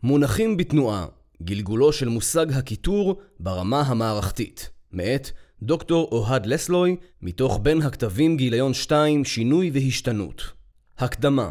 מונחים בתנועה, גלגולו של מושג הקיטור ברמה המערכתית. מאת דוקטור אוהד לסלוי, מתוך בין הכתבים גיליון 2, שינוי והשתנות. הקדמה.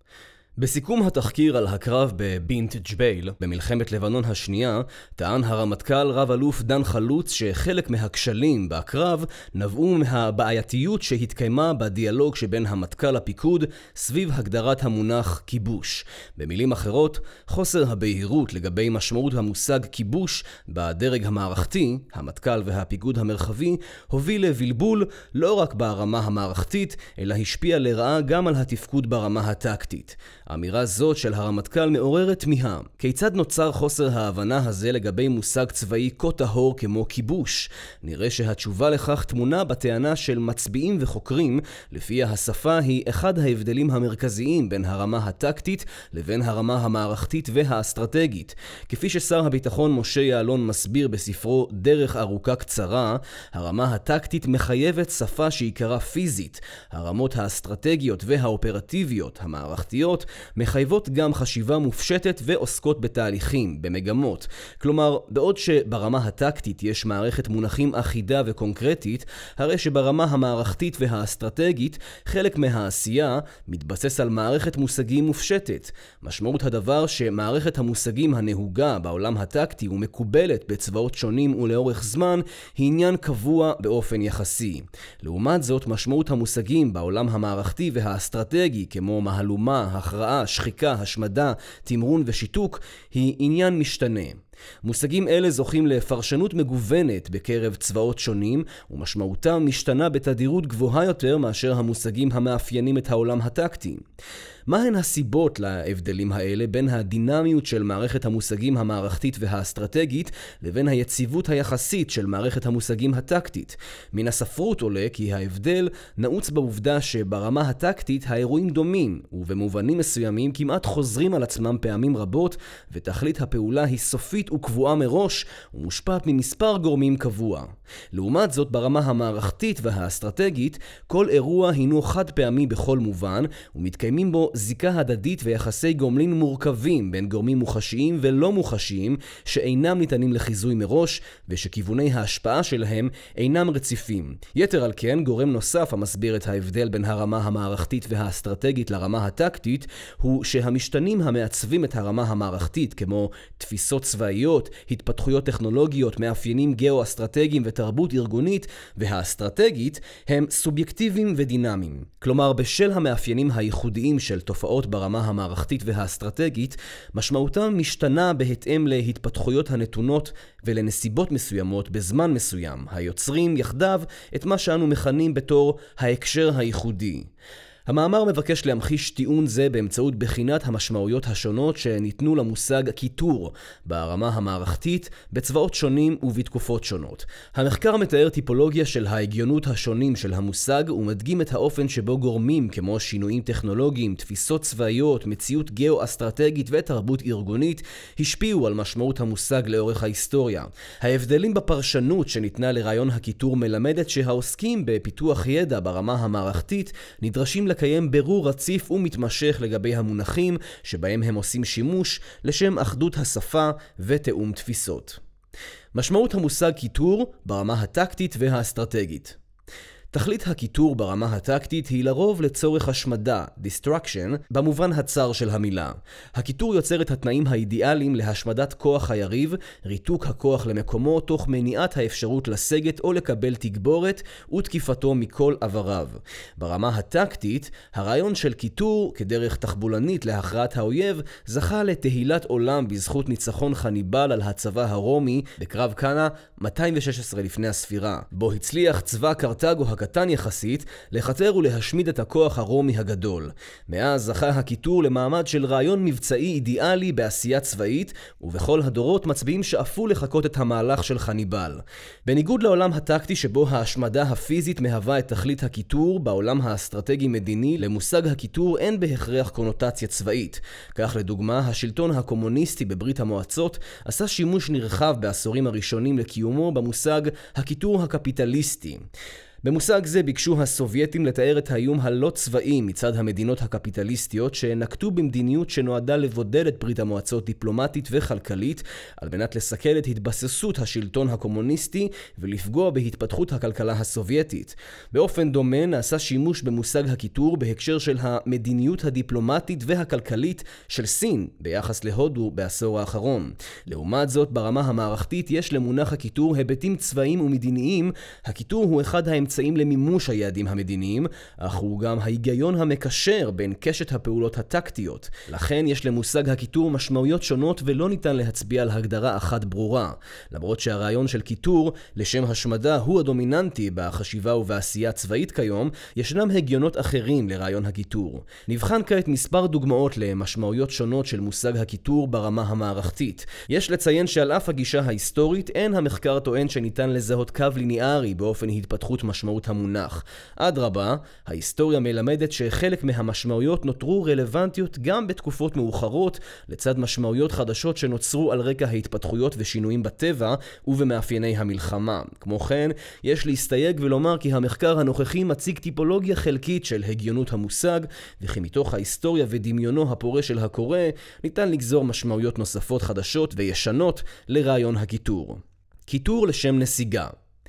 בסיכום התחקיר על הקרב בבינט ג'בייל, במלחמת לבנון השנייה, טען הרמטכ"ל רב אלוף דן חלוץ שחלק מהכשלים בקרב נבעו מהבעייתיות שהתקיימה בדיאלוג שבין המטכ"ל לפיקוד סביב הגדרת המונח כיבוש. במילים אחרות, חוסר הבהירות לגבי משמעות המושג כיבוש בדרג המערכתי, המטכ"ל והפיקוד המרחבי, הוביל לבלבול לא רק ברמה המערכתית, אלא השפיע לרעה גם על התפקוד ברמה הטקטית. האמירה זאת של הרמטכ"ל מעוררת תמיהה. כיצד נוצר חוסר ההבנה הזה לגבי מושג צבאי כה טהור כמו כיבוש? נראה שהתשובה לכך טמונה בטענה של מצביעים וחוקרים, לפיה השפה היא אחד ההבדלים המרכזיים בין הרמה הטקטית לבין הרמה המערכתית והאסטרטגית. כפי ששר הביטחון משה יעלון מסביר בספרו דרך ארוכה קצרה, הרמה הטקטית מחייבת שפה שעיקרה פיזית. הרמות האסטרטגיות והאופרטיביות, המערכתיות, מחייבות גם חשיבה מופשטת ועוסקות בתהליכים, במגמות. כלומר, בעוד שברמה הטקטית יש מערכת מונחים אחידה וקונקרטית, הרי שברמה המערכתית והאסטרטגית, חלק מהעשייה מתבסס על מערכת מושגים מופשטת. משמעות הדבר שמערכת המושגים הנהוגה בעולם הטקטי ומקובלת בצבאות שונים ולאורך זמן, היא עניין קבוע באופן יחסי. לעומת זאת, משמעות המושגים בעולם המערכתי והאסטרטגי, כמו מהלומה, הכרעה, שחיקה, השמדה, תמרון ושיתוק, היא עניין משתנה. מושגים אלה זוכים לפרשנות מגוונת בקרב צבאות שונים, ומשמעותם משתנה בתדירות גבוהה יותר מאשר המושגים המאפיינים את העולם הטקטי. מהן הסיבות להבדלים האלה בין הדינמיות של מערכת המושגים המערכתית והאסטרטגית לבין היציבות היחסית של מערכת המושגים הטקטית? מן הספרות עולה כי ההבדל נעוץ בעובדה שברמה הטקטית האירועים דומים, ובמובנים מסוימים כמעט חוזרים על עצמם פעמים רבות, ותכלית הפעולה היא סופית וקבועה מראש, ומושפעת ממספר גורמים קבוע. לעומת זאת, ברמה המערכתית והאסטרטגית, כל אירוע הינו חד פעמי בכל מובן, ומתקיימים בו זיקה הדדית ויחסי גומלין מורכבים בין גורמים מוחשיים ולא מוחשיים שאינם ניתנים לחיזוי מראש ושכיווני ההשפעה שלהם אינם רציפים. יתר על כן, גורם נוסף המסביר את ההבדל בין הרמה המערכתית והאסטרטגית לרמה הטקטית הוא שהמשתנים המעצבים את הרמה המערכתית כמו תפיסות צבאיות, התפתחויות טכנולוגיות, מאפיינים גאו-אסטרטגיים ותרבות ארגונית, והאסטרטגית הם סובייקטיביים ודינמיים. כלומר, בשל המאפיינים הייחודיים של תופעות ברמה המערכתית והאסטרטגית, משמעותם משתנה בהתאם להתפתחויות הנתונות ולנסיבות מסוימות בזמן מסוים, היוצרים יחדיו את מה שאנו מכנים בתור ההקשר הייחודי. המאמר מבקש להמחיש טיעון זה באמצעות בחינת המשמעויות השונות שניתנו למושג קיטור ברמה המערכתית בצבאות שונים ובתקופות שונות. המחקר מתאר טיפולוגיה של ההגיונות השונים של המושג ומדגים את האופן שבו גורמים כמו שינויים טכנולוגיים, תפיסות צבאיות, מציאות גאו-אסטרטגית ותרבות ארגונית השפיעו על משמעות המושג לאורך ההיסטוריה. ההבדלים בפרשנות שניתנה לרעיון הקיטור מלמדת שהעוסקים בפיתוח ידע ברמה המערכתית נדרשים לקיים בירור רציף ומתמשך לגבי המונחים שבהם הם עושים שימוש לשם אחדות השפה ותאום תפיסות. משמעות המושג קיטור ברמה הטקטית והאסטרטגית. תכלית הקיטור ברמה הטקטית היא לרוב לצורך השמדה, destruction, במובן הצר של המילה. הקיטור יוצר את התנאים האידיאליים להשמדת כוח היריב, ריתוק הכוח למקומו תוך מניעת האפשרות לסגת או לקבל תגבורת ותקיפתו מכל עבריו. ברמה הטקטית, הרעיון של קיטור כדרך תחבולנית להכרעת האויב זכה לתהילת עולם בזכות ניצחון חניבל על הצבא הרומי בקרב קאנה 216 לפני הספירה, בו הצליח צבא קרתגו הקטן יחסית לחתר ולהשמיד את הכוח הרומי הגדול. מאז זכה הקיטור למעמד של רעיון מבצעי אידיאלי בעשייה צבאית, ובכל הדורות מצביעים שאפו לחכות את המהלך של חניבל. בניגוד לעולם הטקטי שבו ההשמדה הפיזית מהווה את תכלית הקיטור, בעולם האסטרטגי-מדיני למושג הקיטור אין בהכרח קונוטציה צבאית. כך לדוגמה, השלטון הקומוניסטי בברית המועצות עשה שימוש נרחב בעשורים הראשונים לקיומו במושג הקיטור הקפיטליסטי. במושג זה ביקשו הסובייטים לתאר את האיום הלא צבאי מצד המדינות הקפיטליסטיות שנקטו במדיניות שנועדה לבודד את ברית המועצות דיפלומטית וכלכלית על מנת לסכל את התבססות השלטון הקומוניסטי ולפגוע בהתפתחות הכלכלה הסובייטית. באופן דומה נעשה שימוש במושג הקיטור בהקשר של המדיניות הדיפלומטית והכלכלית של סין ביחס להודו בעשור האחרון. לעומת זאת, ברמה המערכתית יש למונח הקיטור היבטים צבאיים ומדיניים. הקיטור הוא אחד האמצעים למימוש היעדים המדיניים, אך הוא גם ההיגיון המקשר בין קשת הפעולות הטקטיות. לכן יש למושג הקיטור משמעויות שונות ולא ניתן להצביע על הגדרה אחת ברורה. למרות שהרעיון של קיטור לשם השמדה הוא הדומיננטי בחשיבה ובעשייה צבאית כיום, ישנם הגיונות אחרים לרעיון הקיטור. נבחן כעת מספר דוגמאות למשמעויות שונות של מושג הקיטור ברמה המערכתית. יש לציין שעל אף הגישה ההיסטורית, אין המחקר טוען שניתן לזהות קו ליניארי באופן התפתחות משמעות המונח. אדרבה, ההיסטוריה מלמדת שחלק מהמשמעויות נותרו רלוונטיות גם בתקופות מאוחרות, לצד משמעויות חדשות שנוצרו על רקע ההתפתחויות ושינויים בטבע ובמאפייני המלחמה. כמו כן, יש להסתייג ולומר כי המחקר הנוכחי מציג טיפולוגיה חלקית של הגיונות המושג, וכי מתוך ההיסטוריה ודמיונו הפורה של הקורא, ניתן לגזור משמעויות נוספות חדשות וישנות לרעיון הקיטור. קיטור לשם נסיגה.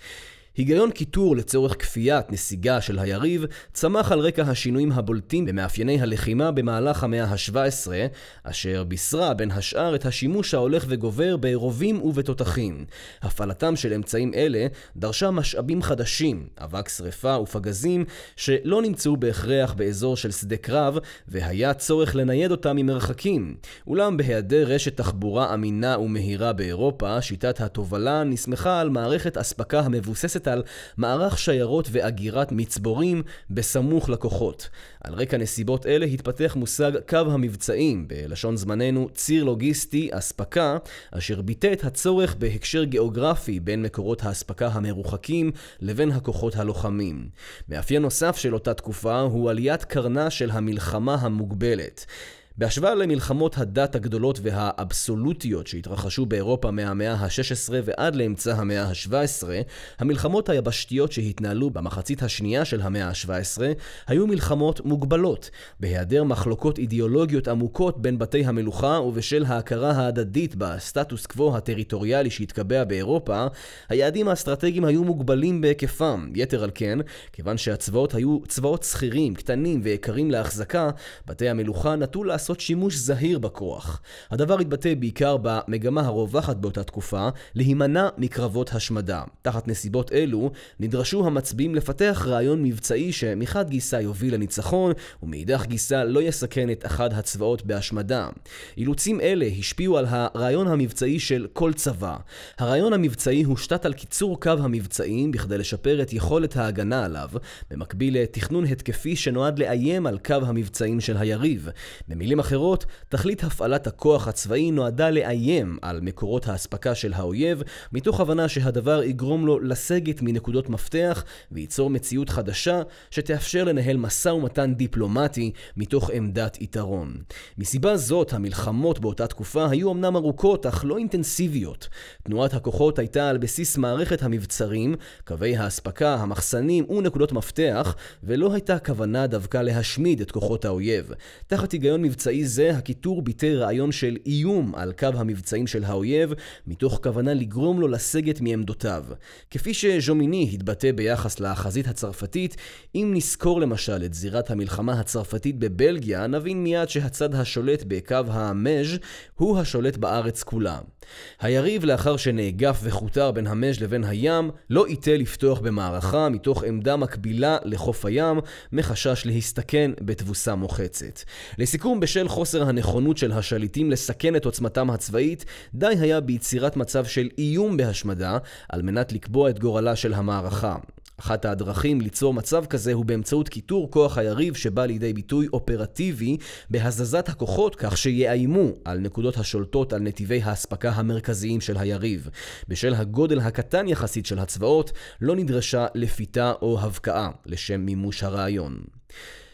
היגיון קיטור לצורך כפיית נסיגה של היריב צמח על רקע השינויים הבולטים במאפייני הלחימה במהלך המאה ה-17, אשר בישרה בין השאר את השימוש ההולך וגובר ברובים ובתותחים. הפעלתם של אמצעים אלה דרשה משאבים חדשים, אבק שריפה ופגזים, שלא נמצאו בהכרח באזור של שדה קרב, והיה צורך לנייד אותם ממרחקים. אולם בהיעדר רשת תחבורה אמינה ומהירה באירופה, שיטת התובלה נסמכה על מערכת אספקה המבוססת על מערך שיירות ואגירת מצבורים בסמוך לכוחות. על רקע נסיבות אלה התפתח מושג קו המבצעים, בלשון זמננו ציר לוגיסטי, אספקה, אשר ביטא את הצורך בהקשר גיאוגרפי בין מקורות האספקה המרוחקים לבין הכוחות הלוחמים. מאפיין נוסף של אותה תקופה הוא עליית קרנה של המלחמה המוגבלת. בהשוואה למלחמות הדת הגדולות והאבסולוטיות שהתרחשו באירופה מהמאה ה-16 ועד לאמצע המאה ה-17, המלחמות היבשתיות שהתנהלו במחצית השנייה של המאה ה-17 היו מלחמות מוגבלות, בהיעדר מחלוקות אידיאולוגיות עמוקות בין בתי המלוכה ובשל ההכרה ההדדית בסטטוס קוו הטריטוריאלי שהתקבע באירופה, היעדים האסטרטגיים היו מוגבלים בהיקפם. יתר על כן, כיוון שהצבאות היו צבאות שכירים, קטנים ויקרים להחזקה, בתי המלוכה נטו לעשות שימוש זהיר בכוח. הדבר התבטא בעיקר במגמה הרווחת באותה תקופה להימנע מקרבות השמדה. תחת נסיבות אלו נדרשו המצביעים לפתח רעיון מבצעי שמחד גיסה יוביל לניצחון ומאידך גיסה לא יסכן את אחד הצבאות בהשמדה. אילוצים אלה השפיעו על הרעיון המבצעי של כל צבא. הרעיון המבצעי הושתת על קיצור קו המבצעים בכדי לשפר את יכולת ההגנה עליו, במקביל לתכנון התקפי שנועד לאיים על קו המבצעים של היריב. במילים אחרות, תכלית הפעלת הכוח הצבאי נועדה לאיים על מקורות האספקה של האויב, מתוך הבנה שהדבר יגרום לו לסגת מנקודות מפתח וייצור מציאות חדשה שתאפשר לנהל משא ומתן דיפלומטי מתוך עמדת יתרון. מסיבה זאת, המלחמות באותה תקופה היו אמנם ארוכות אך לא אינטנסיביות. תנועת הכוחות הייתה על בסיס מערכת המבצרים, קווי האספקה, המחסנים ונקודות מפתח, ולא הייתה כוונה דווקא להשמיד את כוחות האויב. תחת היגיון מבצעי זה, הקיטור ביטא רעיון של איום על קו המבצעים של האויב, מתוך כוונה לגרום לו לסגת מעמדותיו. כפי שז'ומיני התבטא ביחס לחזית הצרפתית, אם נזכור למשל את זירת המלחמה הצרפתית בבלגיה, נבין מיד שהצד השולט בקו המז' הוא השולט בארץ כולה. היריב, לאחר שנאגף וחותר בין המז' לבין הים, לא ייתה לפתוח במערכה מתוך עמדה מקבילה לחוף הים, מחשש להסתכן בתבוסה מוחצת. לסיכום, בשל חוסר הנכונות של השליטים לסכן את עוצמתם הצבאית, די היה ביצירת מצב של איום בהשמדה על מנת לקבוע את גורלה של המערכה. אחת הדרכים ליצור מצב כזה הוא באמצעות קיטור כוח היריב שבא לידי ביטוי אופרטיבי בהזזת הכוחות כך שיאיימו על נקודות השולטות על נתיבי האספקה המרכזיים של היריב. בשל הגודל הקטן יחסית של הצבאות לא נדרשה לפיתה או הבקעה לשם מימוש הרעיון.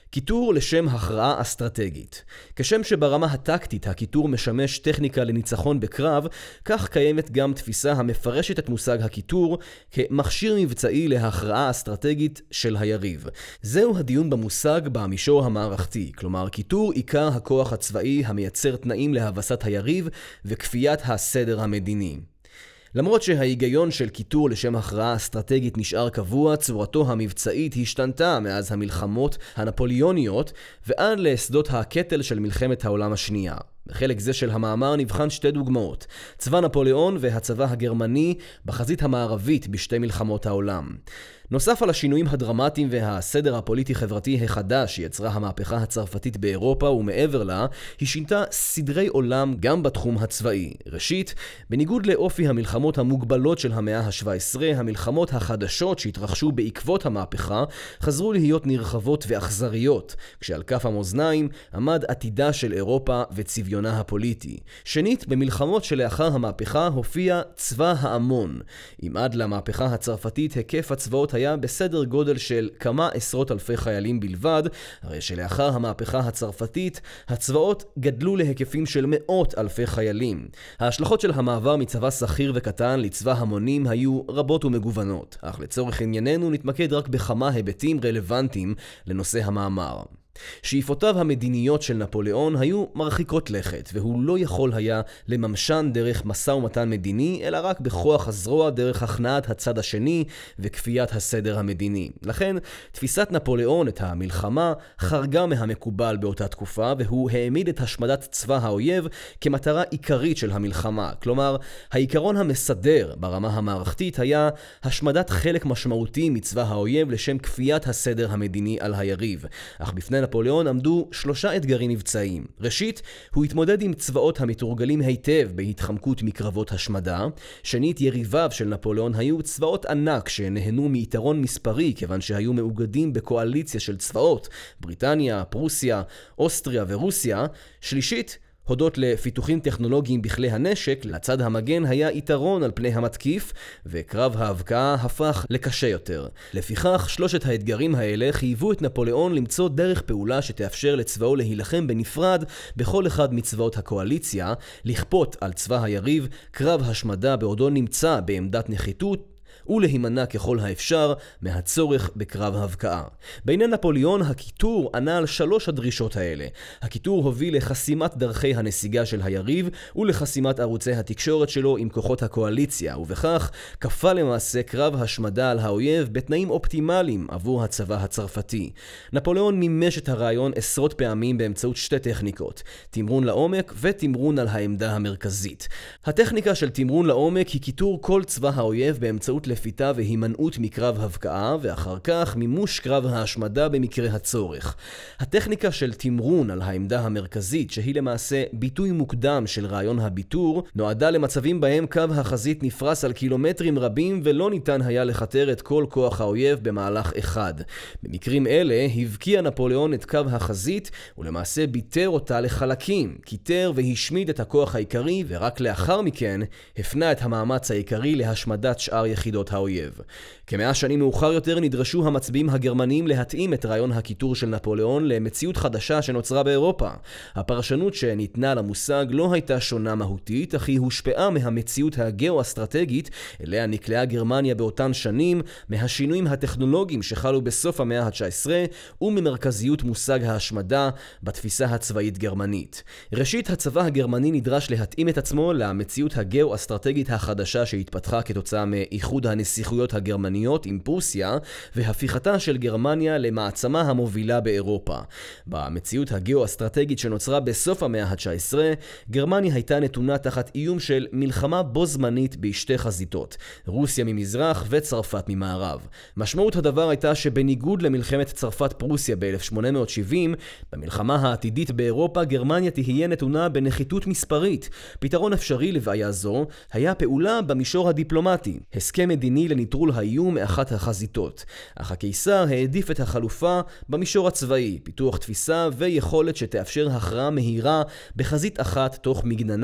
קיטור לשם הכרעה אסטרטגית. כשם שברמה הטקטית הקיטור משמש טכניקה לניצחון בקרב, כך קיימת גם תפיסה המפרשת את מושג הקיטור כמכשיר מבצעי להכרעה אסטרטגית של היריב. זהו הדיון במושג במישור המערכתי, כלומר קיטור עיקר הכוח הצבאי המייצר תנאים להבסת היריב וכפיית הסדר המדיני. למרות שההיגיון של קיטור לשם הכרעה אסטרטגית נשאר קבוע, צורתו המבצעית השתנתה מאז המלחמות הנפוליוניות ועד לשדות הקטל של מלחמת העולם השנייה. בחלק זה של המאמר נבחן שתי דוגמאות, צבא נפוליאון והצבא הגרמני בחזית המערבית בשתי מלחמות העולם. נוסף על השינויים הדרמטיים והסדר הפוליטי-חברתי החדש שיצרה המהפכה הצרפתית באירופה ומעבר לה, היא שינתה סדרי עולם גם בתחום הצבאי. ראשית, בניגוד לאופי המלחמות המוגבלות של המאה ה-17, המלחמות החדשות שהתרחשו בעקבות המהפכה חזרו להיות נרחבות ואכזריות, כשעל כף המאזניים עמד עתידה של אירופה וצביונה הפוליטי. שנית, במלחמות שלאחר המהפכה הופיע צבא ההמון. אם עד למהפכה הצרפתית היקף הצבאות היה בסדר גודל של כמה עשרות אלפי חיילים בלבד, הרי שלאחר המהפכה הצרפתית הצבאות גדלו להיקפים של מאות אלפי חיילים. ההשלכות של המעבר מצבא שכיר וקטן לצבא המונים היו רבות ומגוונות, אך לצורך ענייננו נתמקד רק בכמה היבטים רלוונטיים לנושא המאמר. שאיפותיו המדיניות של נפוליאון היו מרחיקות לכת, והוא לא יכול היה לממשן דרך משא ומתן מדיני, אלא רק בכוח הזרוע דרך הכנעת הצד השני וכפיית הסדר המדיני. לכן, תפיסת נפוליאון את המלחמה חרגה מהמקובל באותה תקופה, והוא העמיד את השמדת צבא האויב כמטרה עיקרית של המלחמה. כלומר, העיקרון המסדר ברמה המערכתית היה השמדת חלק משמעותי מצבא האויב לשם כפיית הסדר המדיני על היריב. אך בפני נפוליאון עמדו 3 אתגרים מבצעיים. ראשית, הוא התמודד עם צבאות המתורגלים היטב בהתחמקות מקרבות השמדה. שנית, יריביו של נפוליאון היו צבאות ענק שנהנו מיתרון מספרי כיוון שהיו מאוגדים בקואליציה של צבאות, בריטניה, פרוסיה, אוסטריה ורוסיה. שלישית, הודות לפיתוחים טכנולוגיים בכלי הנשק, לצד המגן היה יתרון על פני המתקיף, וקרב ההבקעה הפך לקשה יותר. לפיכך, 3 האתגרים האלה חייבו את נפוליאון למצוא דרך פעולה שתאפשר לצבאו להילחם בנפרד בכל אחד מצבאות הקואליציה, לכפות על צבא היריב קרב השמדה בעודו נמצא בעמדת נחיתות, ולהימנע ככל האפשר מהצורך בקרב הבקעה. בעניין נפוליאון, הקיטור ענה על 3 הדרישות האלה. הקיטור הוביל לחסימת דרכי הנסיגה של היריב ולחסימת ערוצי התקשורת שלו עם כוחות הקואליציה, ובכך כפה למעשה קרב השמדה על האויב בתנאים אופטימליים עבור הצבא הצרפתי. נפוליאון מימש את הרעיון עשרות פעמים באמצעות 2 טכניקות, תמרון לעומק ותמרון על העמדה המרכזית. הטכניקה של תמרון לעומק היא קיטור כל צבא האויב באמצעות לפיתה והימנעות מקרב הבקעה, ואחר כך מימוש קרב ההשמדה במקרה הצורך. הטכניקה של תמרון על העמדה המרכזית, שהיא למעשה ביטוי מוקדם של רעיון הביטור, נועדה למצבים בהם קו החזית נפרס על קילומטרים רבים ולא ניתן היה לחתר את כל כוח האויב במהלך אחד. במקרים אלה הבקיע נפוליאון את קו החזית ולמעשה ביטר אותה לחלקים, קיטר והשמיד את הכוח העיקרי, ורק לאחר מכן הפנה את המאמץ העיקרי להשמדת שאר יחידות האויב. כ100 שנים מאוחר יותר נדרשו המצביעים הגרמנים להתאים את רעיון הקיטור של נפוליאון למציאות חדשה שנוצרה באירופה. הפרשנות שניתנה למושג לא הייתה שונה מהותית, אך היא הושפעה מהמציאות הגאו-אסטרטגית אליה נקלעה גרמניה באותן שנים, מהשינויים הטכנולוגיים שחלו בסוף המאה ה-19 וממרכזיות מושג ההשמדה בתפיסה הצבאית גרמנית. ראשית, הצבא הגרמני נדרש להתאים את עצמו למציאות הגאו-אסטרטגית החדשה שהתפתחה כתוצאה מאיחוד הנסיכויות הגרמניות עם פרוסיה והפיכתה של גרמניה למעצמה המובילה באירופה. במציאות הגאו-אסטרטגית שנוצרה בסוף המאה ה-19, גרמניה הייתה נתונה תחת איום של מלחמה בו זמנית בשתי חזיתות, רוסיה ממזרח וצרפת ממערב. משמעות הדבר הייתה שבניגוד למלחמת צרפת-פרוסיה ב-1870, במלחמה העתידית באירופה גרמניה תהיה נתונה בנחיתות מספרית. פתרון אפשרי לבעיה זו היה פעולה במישור הדיפלומטי, הסכם מדיני לניטרול האיום מאחת החזיתות. אך הקיסר העדיף את החלופה במישור הצבאי, פיתוח תפיסה ויכולת שתאפשר הכרעה מהירה בחזית אחת תוך מגננה.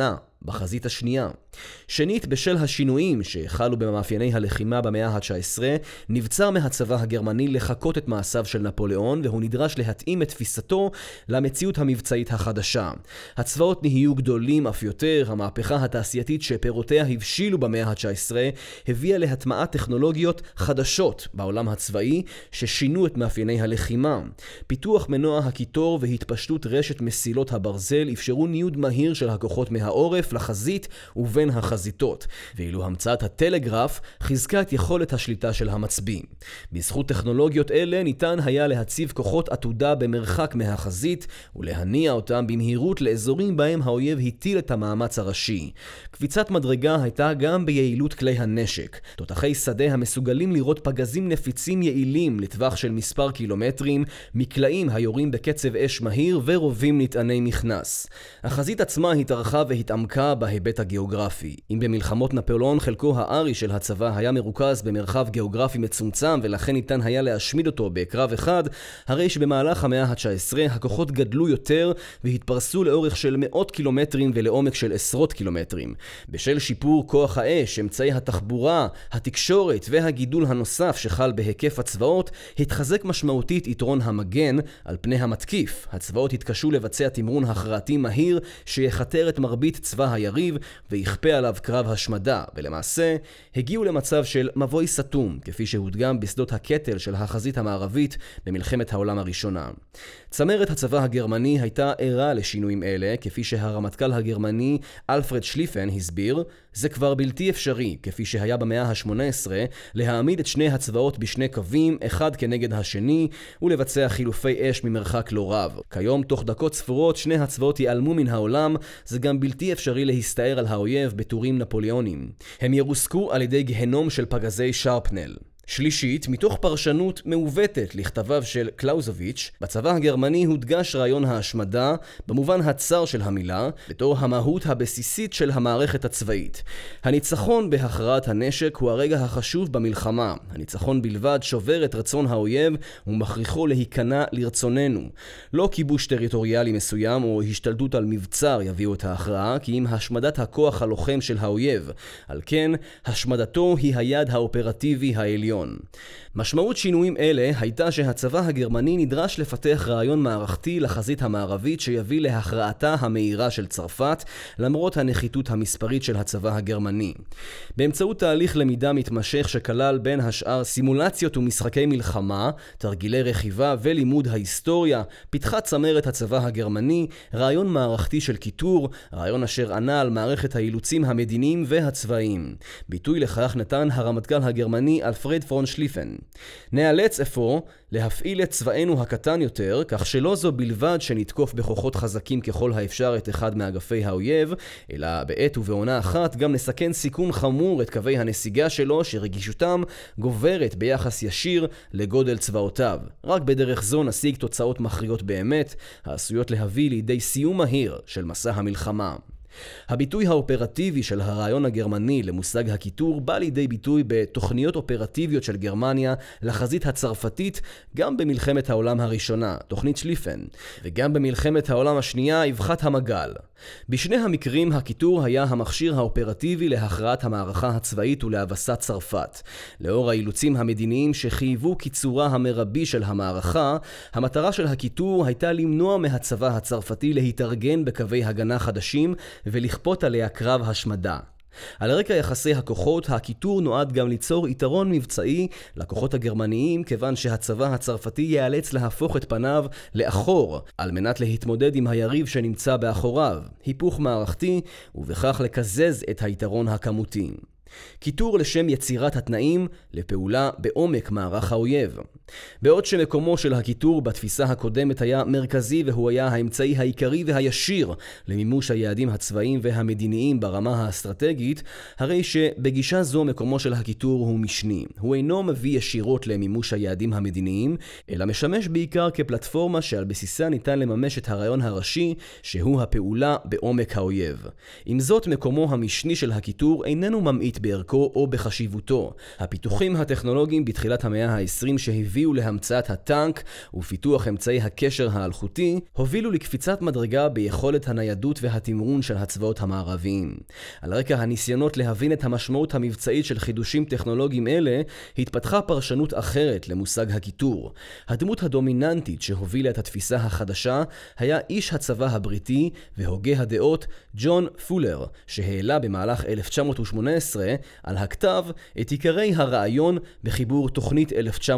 בחזית השנייה. שנית, בשל השינויים שחלו במאפייני הלחימה במאה ה-19, נבצר מהצבא הגרמני לחקות את מעשיו של נפוליאון, והוא נדרש להתאים את תפיסתו למציאות המבצעית החדשה. הצבאות נהיו גדולים אף יותר, המהפכה התעשייתית שפירותיה הבשילו במאה ה-19 הביאה להטמעת טכנולוגיות חדשות בעולם הצבאי ששינו את מאפייני הלחימה. פיתוח מנוע הקיטור והתפשטות רשת מסילות הברזל אפשרו ניוד מהיר של הכוחות מהעורף לחזית ובין החזיתות, ואילו המצאת הטלגרף חיזקה את יכולת השליטה של המצביא. בזכות טכנולוגיות אלה ניתן היה להציב כוחות עתודה במרחק מהחזית ולהניע אותם במהירות לאזורים בהם האויב הטיל את המאמץ הראשי. קפיצת מדרגה הייתה גם ביעילות כלי הנשק. תותחי שדה המסוגלים לראות פגזים נפיצים יעילים לטווח של מספר קילומטרים, מקלעים היורים בקצב אש מהיר ורובים נטעני מכנס. החזית עצמה התארכה והתעמקה בהיבט הגיאוגרפי. אם במלחמות נפוליאון חלקו הארי של הצבא היה מרוכז במרחב גיאוגרפי מצומצם ולכן ניתן היה להשמיד אותו בקרב אחד, הרי שבמהלך המאה ה-19 הכוחות גדלו יותר והתפרסו לאורך של מאות קילומטרים ולעומק של עשרות קילומטרים. בשל שיפור כוח האש, אמצעי התחבורה, התקשורת והגידול הנוסף שחל בהיקף הצבאות, התחזק משמעותית יתרון המגן על פני המתקיף. הצבאות התקשו לבצע תמרון הכרעתי מהיר שיחתר את מרבית צבא היריב ויכפה עליו קרב השמדה, ולמעשה הגיעו למצב של מבוי סתום, כפי שהודגם בשדות הקטל של החזית המערבית במלחמת העולם הראשונה. צמרת הצבא הגרמני הייתה ערה לשינויים אלה, כפי שהרמטכ"ל הגרמני אלפרד שליפן הסביר, זה כבר בלתי אפשרי, כפי שהיה במאה ה-18, להעמיד את שני הצבאות בשני קווים, אחד כנגד השני, ולבצע חילופי אש ממרחק לא רב. כיום, תוך דקות ספורות, שני הצבאות ייעלמו מן העולם, זה גם בלתי אפשרי להסתער על האויב בטורים נפוליאונים. הם ירוסקו על ידי גהנום של פגזי שרפנל. שלישית, מתוך פרשנות מעוותת לכתביו של קלאוזוביץ', בצבא הגרמני הודגש רעיון ההשמדה, במובן הצר של המילה, בתור המהות הבסיסית של המערכת הצבאית. הניצחון בהכרעת הנשק הוא הרגע החשוב במלחמה. הניצחון בלבד שובר את רצון האויב ומכריחו להיכנע לרצוננו. לא כיבוש טריטוריאלי מסוים או השתלטות על מבצר יביאו את ההכרעה, כי אם השמדת הכוח הלוחם של האויב. על כן, השמדתו היא היעד האופרטיבי העליון. משמעות שינויים אלה הייתה שהצבא הגרמני נדרש לפתח רעיון מערכתי לחזית המערבית שיביא להכרעתה המהירה של צרפת, למרות הנחיתות המספרית של הצבא הגרמני. באמצעות תהליך למידה מתמשך שכלל בין השאר סימולציות ומשחקי מלחמה, תרגילי רכיבה ולימוד ההיסטוריה, פיתחה צמרת הצבא הגרמני רעיון מערכתי של קיטור, רעיון אשר ענה על מערכת האילוצים המדיניים והצבאיים. ביטוי לכך נתן הרמטכ"ל הגרמני אלפרד פון שליפן. נאלץ אפוא להפעיל את צבאנו הקטן יותר, כך שלא זו בלבד שנתקוף בכוחות חזקים ככל האפשר את אחד מאגפי האויב, אלא בעת ובעונה אחת גם נסכן סיכון חמור את קווי הנסיגה שלו שרגישותם גוברת ביחס ישיר לגודל צבאותיו. רק בדרך זו נשיג תוצאות מכריעות באמת, העשויות להביא לידי סיום מהיר של מסע המלחמה. הביטוי האופרטיבי של הרעיון הגרמני למושג הקיטור בא לידי ביטוי בתוכניות אופרטיביות של גרמניה לחזית הצרפתית גם במלחמת העולם הראשונה, תוכנית שליפן, וגם במלחמת העולם השנייה, אבחת המגל. בשני המקרים הקיטור היה המכשיר האופרטיבי להכרעת המערכה הצבאית ולהבסת צרפת. לאור האילוצים המדיניים שחייבו קיצורה המרבי של המערכה, המטרה של הקיטור הייתה למנוע מהצבא הצרפתי להתארגן בקווי הגנה חדשים ולכפות עליה קרב השמדה. על רקע יחסי הכוחות, הקיטור נועד גם ליצור יתרון מבצעי לכוחות הגרמניים, כיוון שהצבא הצרפתי ייאלץ להפוך את פניו לאחור, על מנת להתמודד עם היריב שנמצא באחוריו, היפוך מערכתי, ובכך לקזז את היתרון הכמותי. קיטור לשם יצירת התנאים לפעולה בעומק מערך האויב. בעוד שמקומו של הקיטור בתפיסה הקודמת היה מרכזי והוא היה האמצעי העיקרי והישיר למימוש היעדים הצבאיים והמדיניים ברמה האסטרטגית, הרי שבגישה זו מקומו של הקיטור הוא משני. הוא אינו מביא ישירות למימוש היעדים המדיניים, אלא משמש בעיקר כפלטפורמה שעל בסיסה ניתן לממש את הרעיון הראשי, שהוא הפעולה בעומק האויב. עם זאת, מקומו המשני של הקיטור איננו ממעיט בערכו או בחשיבותו. הפיתוחים הטכנולוגיים בתחילת המאה ה-20 שהביאו להמצאת הטנק ופיתוח אמצעי הקשר האלחוטי הובילו לקפיצת מדרגה ביכולת הניידות והתמרון של הצבאות המערביים. על רקע הניסיונות להבין את המשמעות המבצעית של חידושים טכנולוגיים אלה, התפתחה פרשנות אחרת למושג הקיטור. הדמות הדומיננטית שהובילה את התפיסה החדשה היה איש הצבא הבריטי והוגה הדעות ג'ון פולר, שהעלה במהלך 1918 על הכתב את עיקרי הרעיון בחיבור תוכנית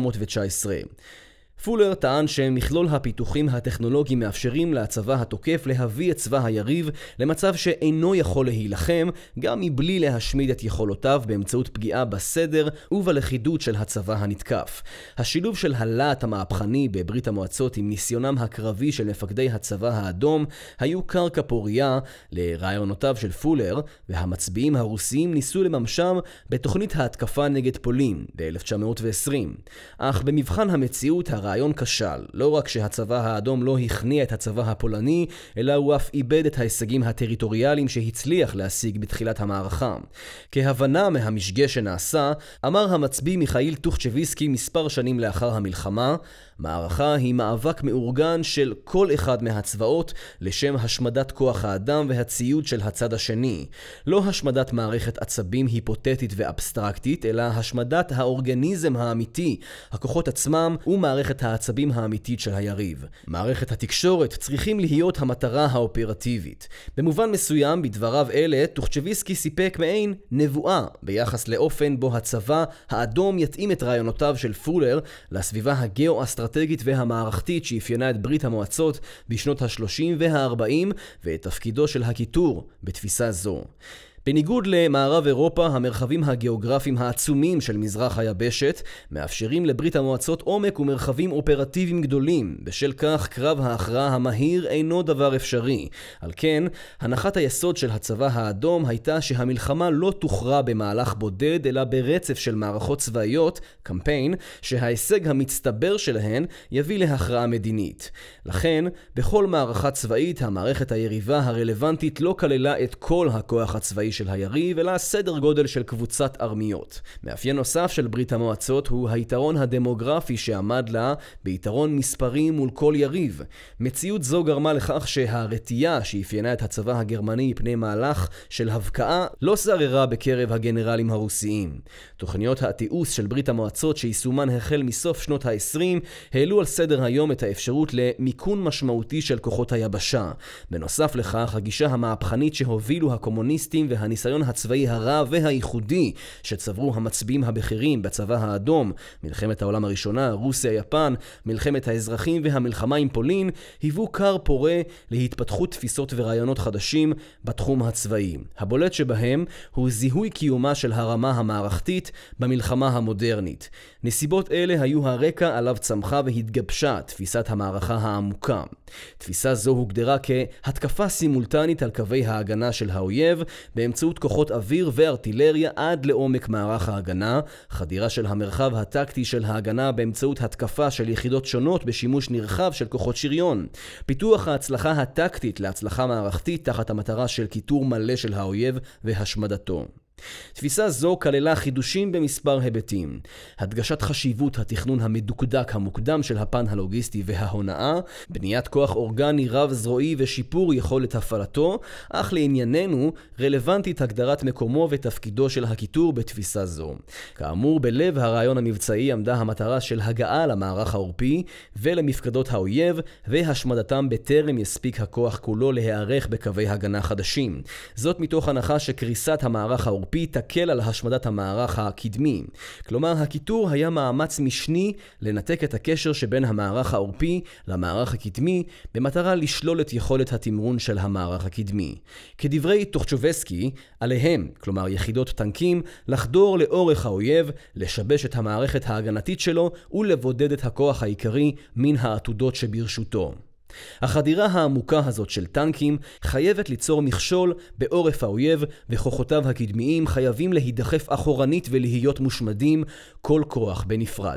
1919. פולר טען שמכלול הפיתוחים הטכנולוגיים מאפשרים לצבא התוקף להביא את צבא היריב למצב שאינו יכול להילחם, גם מבלי להשמיד את יכולותיו באמצעות פגיעה בסדר ובלכידות של הצבא הנתקף. השילוב של הלהט המהפכני בברית המועצות עם ניסיונם הקרבי של מפקדי הצבא האדום היו קרקע פוריה לרעיונותיו של פולר, והמצביעים הרוסיים ניסו לממשם בתוכנית ההתקפה נגד פולין ב-1920. אך במבחן המציאות הרעיון כשל. לא רק שהצבא האדום לא הכניע את הצבא הפולני, אלא הוא אף איבד את ההישגים הטריטוריאליים שהצליח להשיג בתחילת המערכה. כהבנה מהמשגה שנעשה, אמר המצביא מיכאיל טוכצ'ביסקי מספר שנים לאחר המלחמה, מערכה היא מאבק מאורגן של כל אחד מהצבאות לשם השמדת כוח האדם והציוד של הצד השני. לא השמדת מערכת עצבים היפותטית ואבסטרקטית, אלא השמדת האורגניזם האמיתי, הכוחות עצמם ומערכת העצבים האמיתית של היריב. מערכת התקשורת צריכים להיות המטרה האופרטיבית. במובן מסוים, בדבריו אלה, טוכצ'ביסקי סיפק מעין נבואה ביחס לאופן בו הצבא האדום יתאים את רעיונותיו של פולר לסביבה הגאו-אסטרטגית והמערכתית שאפיינה את ברית המועצות בשנות ה-30 וה-40 ואת תפקידו של הקיטור בתפיסה זו. בניגוד למערב אירופה, המרחבים הגיאוגרפיים העצומים של מזרח היבשת מאפשרים לברית המועצות עומק ומרחבים אופרטיביים גדולים. בשל כך, קרב ההכרעה המהיר אינו דבר אפשרי. על כן, הנחת היסוד של הצבא האדום הייתה שהמלחמה לא תוכרע במהלך בודד, אלא ברצף של מערכות צבאיות, קמפיין, שההישג המצטבר שלהן יביא להכרעה מדינית. לכן, בכל מערכה צבאית, המערכת היריבה הרלוונטית לא כללה את כל הכוח הצבאי של היריב, אלא סדר גודל של קבוצת ארמיות. מאפיין נוסף של ברית המועצות הוא היתרון הדמוגרפי שעמד לה ביתרון מספרי מול כל יריב. מציאות זו גרמה לכך שהרתיעה שאפיינה את הצבא הגרמני מפני מהלך של הבקעה לא שררה בקרב הגנרלים הרוסיים. תוכניות התיעוש של ברית המועצות שיישומן החל מסוף שנות ה-20 העלו על סדר היום את האפשרות למיקון משמעותי של כוחות היבשה. בנוסף לכך, הגישה המהפכנית שהובילו הקומוניסטים והניסיון הצבאי הרב והייחודי שצברו המצביעים הבכירים בצבא האדום, מלחמת העולם הראשונה, רוסיה-יפן, מלחמת האזרחים והמלחמה עם פולין, היוו קר פורה להתפתחות תפיסות ורעיונות חדשים בתחום הצבאי. הבולט שבהם הוא זיהוי קיומה של הרמה המערכתית במלחמה המודרנית. נסיבות אלה היו הרקע עליו צמחה והתגבשה תפיסת המערכה העמוקה. תפיסה זו הוגדרה כהתקפה סימולטנית על קווי ההגנה של האויב באמצעות כוחות אוויר וארטילריה עד לעומק מערך ההגנה, חדירה של המרחב הטקטי של ההגנה באמצעות התקפה של יחידות שונות בשימוש נרחב של כוחות שריון, פיתוח ההצלחה הטקטית להצלחה מערכתית תחת המטרה של קיטור מלא של האויב והשמדתו. תפיסה זו כללה חידושים במספר היבטים: הדגשת חשיבות התכנון המדוקדק המוקדם של הפן הלוגיסטי וההונאה, בניית כוח אורגני רב זרועי ושיפור יכולת הפעלתו, אך לענייננו רלוונטית הגדרת מקומו ותפקידו של הקיטור בתפיסה זו. כאמור, בלב הרעיון המבצעי עמדה המטרה של הגעה למערך העורפי ולמפקדות האויב והשמדתם בטרם יספיק הכוח כולו להיערך בקווי הגנה חדשים. זאת מתוך הנחה שקריסת המערך העורפי תקל על השמדת המערך הקדמי. כלומר, הקיטור היה מאמץ משני לנתק את הקשר שבין המערך העורפי למערך הקדמי, במטרה לשלול את יכולת התמרון של המערך הקדמי. כדברי טוכצ'ביסקי, עליהם, כלומר יחידות טנקים, לחדור לאורך האויב, לשבש את המערכת ההגנתית שלו ולבודד את הכוח העיקרי מן העתודות שברשותו. החדירה העמוקה הזאת של טנקים חייבת ליצור מכשול בעורף האויב, וכוחותיו הקדמיים חייבים להידחף אחורנית ולהיות מושמדים, כל כוח בנפרד.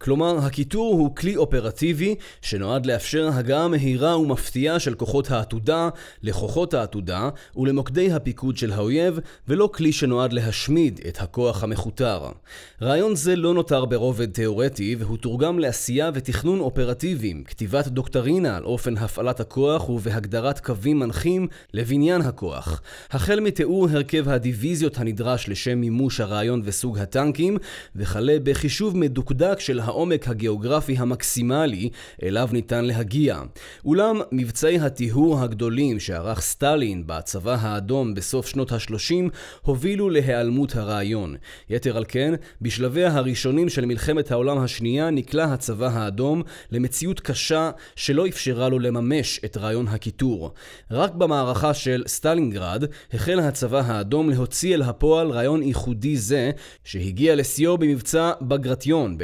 כלומר, הכיתור הוא כלי אופרטיבי שנועד לאפשר הגעה מהירה ומפתיעה של כוחות העתודה לכוחות העתודה ולמוקדי הפיקוד של האויב, ולא כלי שנועד להשמיד את הכוח המחותר. רעיון זה לא נותר ברובד תיאורטי, והוא תורגם לעשייה ותכנון אופרטיביים, כתיבת דוקטרינה על אופן הפעלת הכוח ובהגדרת קווים מנחים לבניין הכוח. החל מתיאור הרכב הדיוויזיות הנדרש לשם מימוש הרעיון וסוג הטנקים, וכלה בחישוב מדוקדק של העומק הגיאוגרפי המקסימלי אליו ניתן להגיע. אולם מבצעי הטיהור הגדולים שערך סטלין בצבא האדום בסוף שנות ה-30 הובילו להיעלמות הרעיון. יתר על כן, בשלביה הראשונים של מלחמת העולם השנייה נקלע הצבא האדום למציאות קשה שלא אפשרה לו לממש את רעיון הכיתור. רק במערכה של סטלינגרד החל הצבא האדום להוציא אל הפועל רעיון ייחודי זה, שהגיע לשיאו במבצע בגרטיון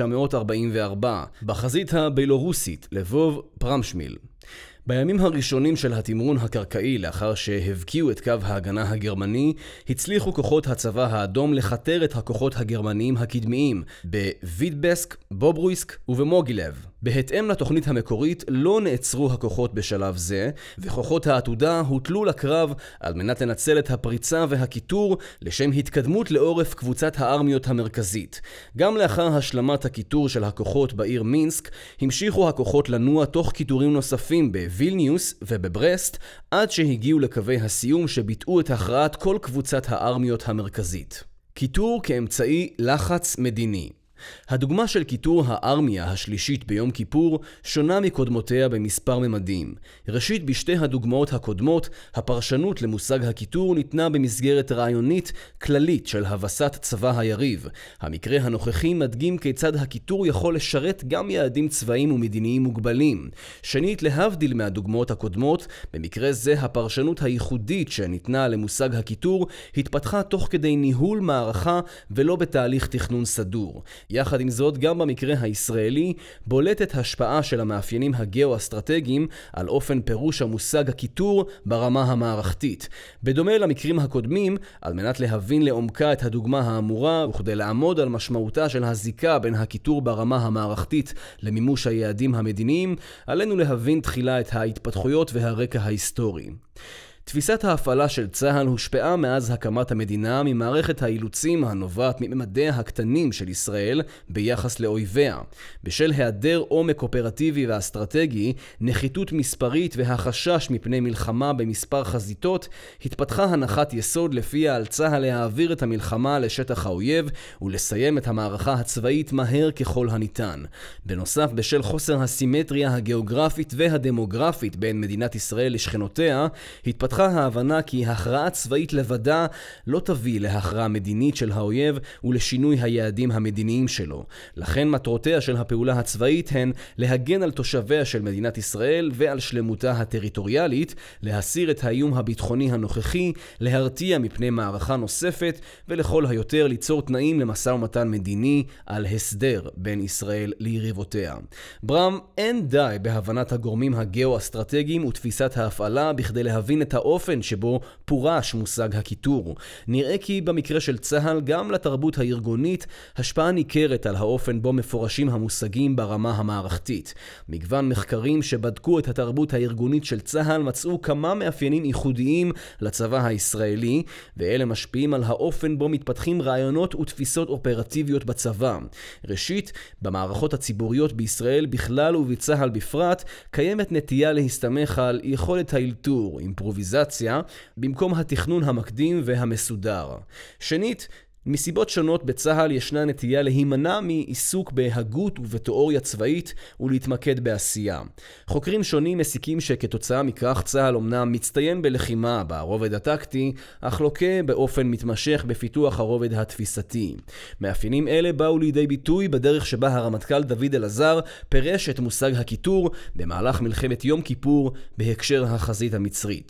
ב-1944, בחזית הבלורוסית, לבוב פרמשמיל. בימים הראשונים של התמרון הקרקעי, לאחר שהבקיעו את קו ההגנה הגרמני, הצליחו כוחות הצבא האדום לחתר את הכוחות הגרמניים הקדמיים בוויטבסק, בוברויסק ובמוגילב. בהתאם לתוכנית המקורית לא נעצרו הכוחות בשלב זה, וכוחות העתודה הוטלו לקרב על מנת לנצל את הפריצה והכיתור לשם התקדמות לאורך קבוצת הארמיות המרכזית. גם לאחר השלמת הכיתור של הכוחות בעיר מינסק, המשיכו הכוחות לנוע תוך כיתורים נוספים בווילניוס ובברסט, עד שהגיעו לקווי הסיום שביטאו את הכרעת כל קבוצת הארמיות המרכזית. כיתור כאמצעי לחץ מדיני. הדוגמה של כיתור הארמיה השלישית ביום כיפור שונה מקודמותיה במספר ממדים. ראשית, בשתי הדוגמאות הקודמות, הפרשנות למושג הכיתור ניתנה במסגרת רעיונית כללית של הבסת צבא היריב. המקרה הנוכחי מדגים כיצד הכיתור יכול לשרת גם יעדים צבאיים ומדיניים מוגבלים. שנית, להבדיל מהדוגמאות הקודמות, במקרה זה הפרשנות הייחודית שניתנה למושג הכיתור התפתחה תוך כדי ניהול מערכה ולא בתהליך תכנון סדור. יחד עם זאת, גם במקרה הישראלי בולטת השפעה של המאפיינים הגאו-אסטרטגיים על אופן פירוש המושג הכיתור ברמה המערכתית. בדומה למקרים הקודמים, על מנת להבין לעומקה את הדוגמה האמורה וכדי לעמוד על משמעותה של הזיקה בין הכיתור ברמה המערכתית למימוש היעדים המדיניים, עלינו להבין תחילה את ההתפתחויות והרקע ההיסטורי. תפיסת ההפעלה של צה"ל הושפעה מאז הקמת המדינה ממערכת האילוצים הנובעת מממדיה הקטנים של ישראל ביחס לאויביה. בשל היעדר עומק אופרטיבי ואסטרטגי, נחיתות מספרית והחשש מפני מלחמה במספר חזיתות, התפתחה הנחת יסוד לפיה על צה"ל להעביר את המלחמה לשטח האויב ולסיים את המערכה הצבאית מהר ככל הניתן. בנוסף, בשל חוסר הסימטריה הגיאוגרפית והדמוגרפית בין מדינת ישראל לשכנותיה, התפתחה ההבנה כי הכרעה צבאית לבדה לא תביא להכרעה מדינית של האויב ולשינוי היעדים המדיניים שלו. לכן מטרותיה של הפעולה הצבאית הן להגן על תושביה של מדינת ישראל ועל שלמותה הטריטוריאלית, להסיר את האיום הביטחוני הנוכחי, להרתיע מפני מערכה נוספת, ולכל היותר ליצור תנאים למשא ומתן מדיני על הסדר בין ישראל ליריבותיה. ברם, אין די בהבנת הגורמים הגאו-אסטרטגיים ותפיסת ההפעלה בכדי להבין את האופן שבו פורש מושג הכיתור. נראה כי במקרה של צה"ל גם לתרבות הארגונית השפעה ניכרת על האופן בו מפורשים המושגים ברמה המערכתית. מגוון מחקרים שבדקו את התרבות הארגונית של צה"ל מצאו כמה מאפיינים ייחודיים לצבא הישראלי, ואלה משפיעים על האופן בו מתפתחים רעיונות ותפיסות אופרטיביות בצבא. ראשית, במערכות הציבוריות בישראל בכלל ובצה"ל בפרט קיימת נטייה להסתמך על יכולת האלתור, אימפרוביזציה, במקום התכנון המקדים והמסודר. שנית, מסיבות שונות בצה"ל ישנה נטייה להימנע מעיסוק בהגות ובתיאוריה צבאית ולהתמקד בעשייה. חוקרים שונים מסיקים שכתוצאה מכך צה"ל אמנם מצטיין בלחימה ברובד הטקטי, אך לוקה באופן מתמשך בפיתוח הרובד התפיסתי. מאפיינים אלה באו לידי ביטוי בדרך שבה הרמטכ"ל דוד אלעזר פירש את מושג הכיתור במהלך מלחמת יום כיפור בהקשר החזית המצרית.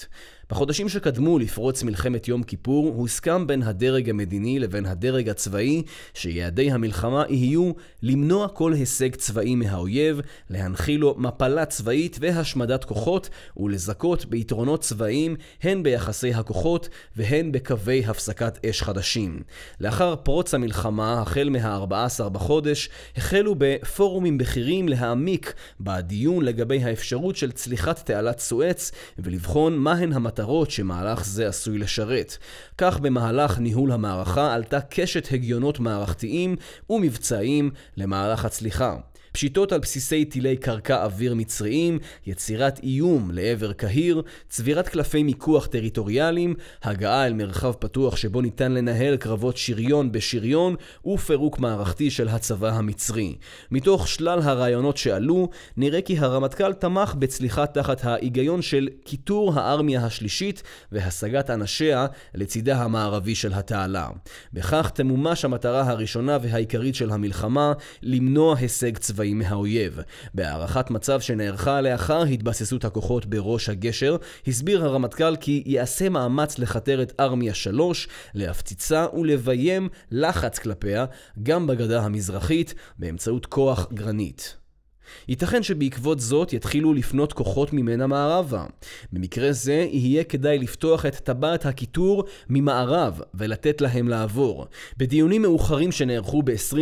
בחודשים שקדמו לפרוץ מלחמת יום כיפור הוסכם בין הדרג המדיני לבין הדרג הצבאי שיעדי המלחמה יהיו למנוע כל הישג צבאי מהאויב, להנחיל לו מפלה צבאית והשמדת כוחות ולזכות ביתרונות צבאיים הן ביחסי הכוחות והן בקווי הפסקת אש חדשים. לאחר פרוץ המלחמה החל מה-14 בחודש החלו בפורומים בכירים להעמיק בדיון לגבי האפשרות של צליחת תעלת סואץ ולבחון מהן המטרות שמהלך זה עשוי לשרת. כך במהלך ניהול המערכה עלתה קשת הגיונות מערכתיים ומבצעיים למהלך הצליחה. פשיטות על בסיסי טילי קרקע אוויר מצריים, יצירת איום לעבר קהיר, צבירת קלפי מיקוח טריטוריאליים, הגעה אל מרחב פתוח שבו ניתן לנהל קרבות שריון בשריון ופירוק מערכתי של הצבא המצרי. מתוך שלל הרעיונות שעלו, נראה כי הרמטכ"ל תמך בצליחה תחת ההיגיון של כיתור הארמיה השלישית והשגת אנשיה לצידה המערבי של התעלה. בכך תמומש המטרה הראשונה והעיקרית של המלחמה, למנוע הישג צבאי מהאויב. בהערכת מצב שנערכה לאחר התבססות הכוחות בראש הגשר, הסביר הרמטכ"ל כי יעשה מאמץ לחתר את ארמיה 3, להפציצה ולביים לחץ כלפיה גם בגדה המזרחית באמצעות כוח גרנית. ייתכן שבעקבות זאת יתחילו לפנות כוחות ממנה מערבה. במקרה זה יהיה כדאי לפתוח את טבעת הכיתור ממערב ולתת להם לעבור. בדיונים מאוחרים שנערכו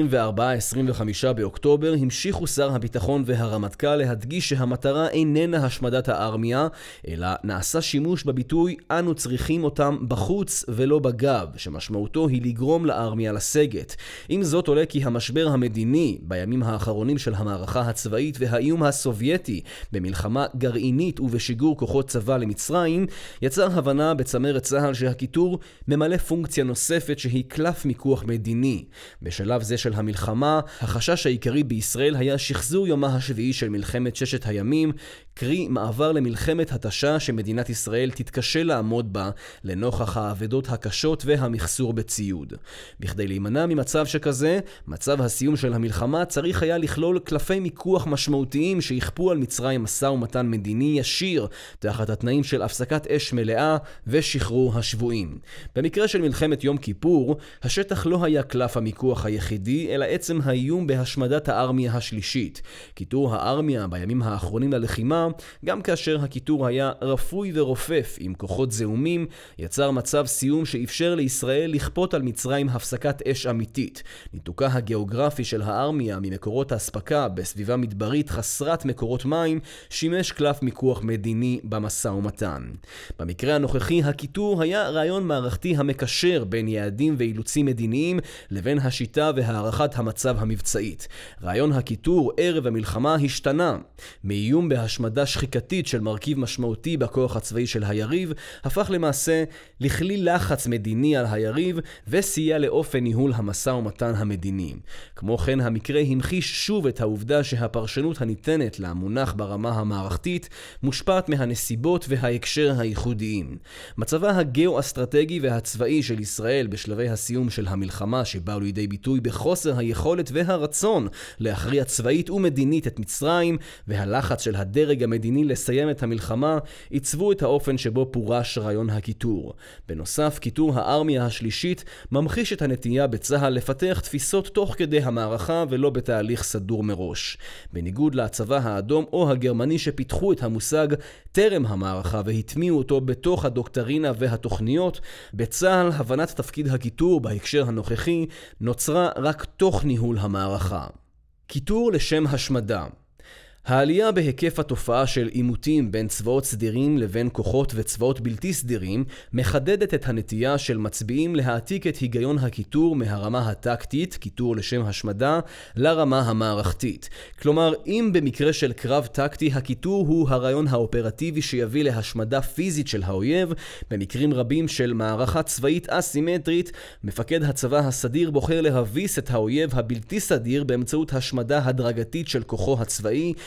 ב-24-25 באוקטובר המשיכו שר הביטחון והרמטכ"ל להדגיש שהמטרה איננה השמדת הארמיה, אלא נעשה שימוש בביטוי אנו צריכים אותם בחוץ ולא בגב, שמשמעותו היא לגרום לארמיה לסגת. עם זאת עולה כי המשבר המדיני בימים האחרונים של המערכה הצבאית והאיום הסובייטי במלחמה גרעינית ובשיגור כוחות צבא למצרים יצר הבנה בצמרת צה"ל שהכיתור ממלא פונקציה נוספת שהיא קלף מיקוח מדיני. בשלב זה של המלחמה החשש העיקרי בישראל היה שחזור יומה השביעי של מלחמת ששת הימים, קרי מעבר למלחמת התשה שמדינת ישראל תתקשה לעמוד בה לנוכח העבדות הקשות והמחסור בציוד. בכדי להימנע ממצב שכזה, מצב הסיום של המלחמה צריך היה לכלול קלפי מיקוח משמעותיים שיכפו על מצרים משא ומתן מדיני ישיר תחת התנאים של הפסקת אש מלאה ושחרור השבויים. במקרה של מלחמת יום כיפור, השטח לא היה קלף המיקוח היחידי, אלא עצם האיום בהשמדת הארמיה השלישית. כיתור הארמיה בימים האחרונים ללחימה, גם כאשר הכיתור היה רפוי ורופף עם כוחות זעומים, יצר מצב סיום שאפשר לישראל לכפות על מצרים הפסקת אש אמיתית. ניתוקה הגיאוגרפי של הארמיה ממקורות ההספקה בסביבה מדברית חסרת מקורות מים שימש קלף מיקוח מדיני במשא ומתן. במקרה הנוכחי הכיתור היה רעיון מערכתי המקשר בין יעדים ואילוצים מדיניים לבין השיטה והערכת המצב המבצעית. רעיון הכיתור ערב המלחמה השתנה. מאיום בהשמדה שחיקתית של מרכיב משמעותי בכוח הצבאי של היריב, הפך למעשה לכלי לחץ מדיני על היריב וסייע לאופן ניהול המשא ומתן המדיני. כמו כן המקרה המחיש שוב את העובדה שהפרשנות הניתנת למונח ברמה המערכתית מושפעת מהנסיבות וההקשר הייחודיים. מצבה הגאו-אסטרטגי והצבאי של ישראל בשלבי הסיום של המלחמה שבאו לידי ביטוי בחוסר היכולת והרצון להכריע צבאית ומדינית את מצרים והלחץ של הדרג המדיני לסיים את המלחמה עיצבו את האופן שבו פורש רעיון הכיתור. בנוסף, כיתור הארמיה השלישית ממחיש את הנטייה בצה"ל לפתח תפיסות תוך כדי המערכה ולא בתהליך סדור מראש. בניגוד לצבא האדום או הגרמני שפיתחו את המושג טרם המערכה והטמיעו אותו בתוך הדוקטרינה והתוכניות, בצה"ל הבנת תפקיד הכיתור בהקשר הנוכחי נוצרה רק תוך ניהול המערכה. כיתור לשם השמדה. העלייה בהיקף התופעה של עימותים בין צבאות סדירים לבין כוחות וצבאות בלתי סדירים מחדדת את הנטייה של מצביעים להעתיק את היגיון הכיתור מהרמה הטקטית, כיתור לשם השמדה, לרמה המערכתית. כלומר, אם במקרה של קרב טקטי הכיתור הוא הרעיון האופרטיבי שיביא להשמדה פיזית של האויב, במקרים רבים של מערכה צבאית אסימטרית, מפקד הצבא הסדיר בוחר להביס את האויב הבלתי סדיר באמצעות השמדה הדרגתית של כוחו הצבאי,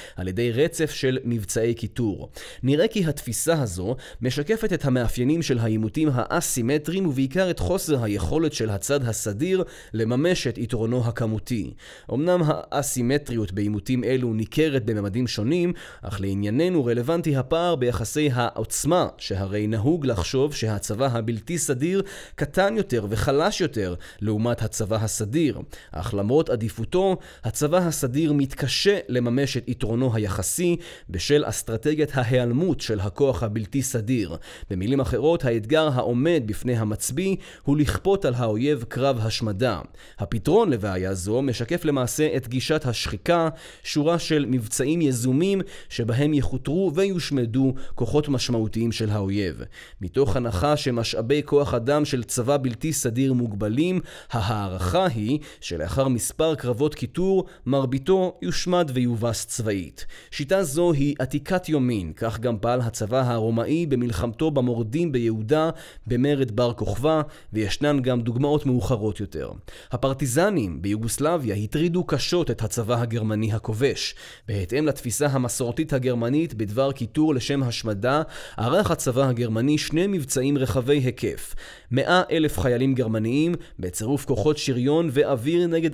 על ידי רצף של מבצעי כיתור. נראה כי התפיסה הזו משקפת את המאפיינים של העימותים האסימטריים ובעיקר את חוסר היכולת של הצד הסדיר לממש את יתרונו הכמותי. אמנם האסימטריות בעימותים אלו ניכרת בממדים שונים, אך לענייננו רלוונטי הפער ביחסי העוצמה, שהרי נהוג לחשוב שהצבא הבלתי סדיר קטן יותר וחלש יותר לעומת הצבא הסדיר. אך למרות עדיפותו, הצבא הסדיר מתקשה לממש את יתרונו היחסי בשל אסטרטגיית ההיעלמות של הכוח הבלתי סדיר. במילים אחרות, האתגר העומד בפני המצביא הוא לכפות על האויב קרב השמדה. הפתרון לבעיה זו משקף למעשה את גישת השחיקה, שורה של מבצעים יזומים שבהם יחותרו ויושמדו כוחות משמעותיים של האויב. מתוך הנחה שמשאבי כוח אדם של צבא בלתי סדיר מוגבלים, ההערכה היא שלאחר מספר קרבות כיתור, מרביתו יושמד ויובס צבאית. שיטה זו היא עתיקת יומין, כך גם פעל הצבא הרומאי במלחמתו במורדים ביהודה במרד בר כוכבא, וישנן גם דוגמאות מאוחרות יותר. הפרטיזנים ביוגוסלביה הטרידו קשות את הצבא הגרמני הכובש. בהתאם לתפיסה המסורתית הגרמנית בדבר כיתור לשם השמדה, ערך הצבא הגרמני שני מבצעים רחבי היקף. 100,000 חיילים גרמניים בצירוף כוחות שריון ואוויר נגד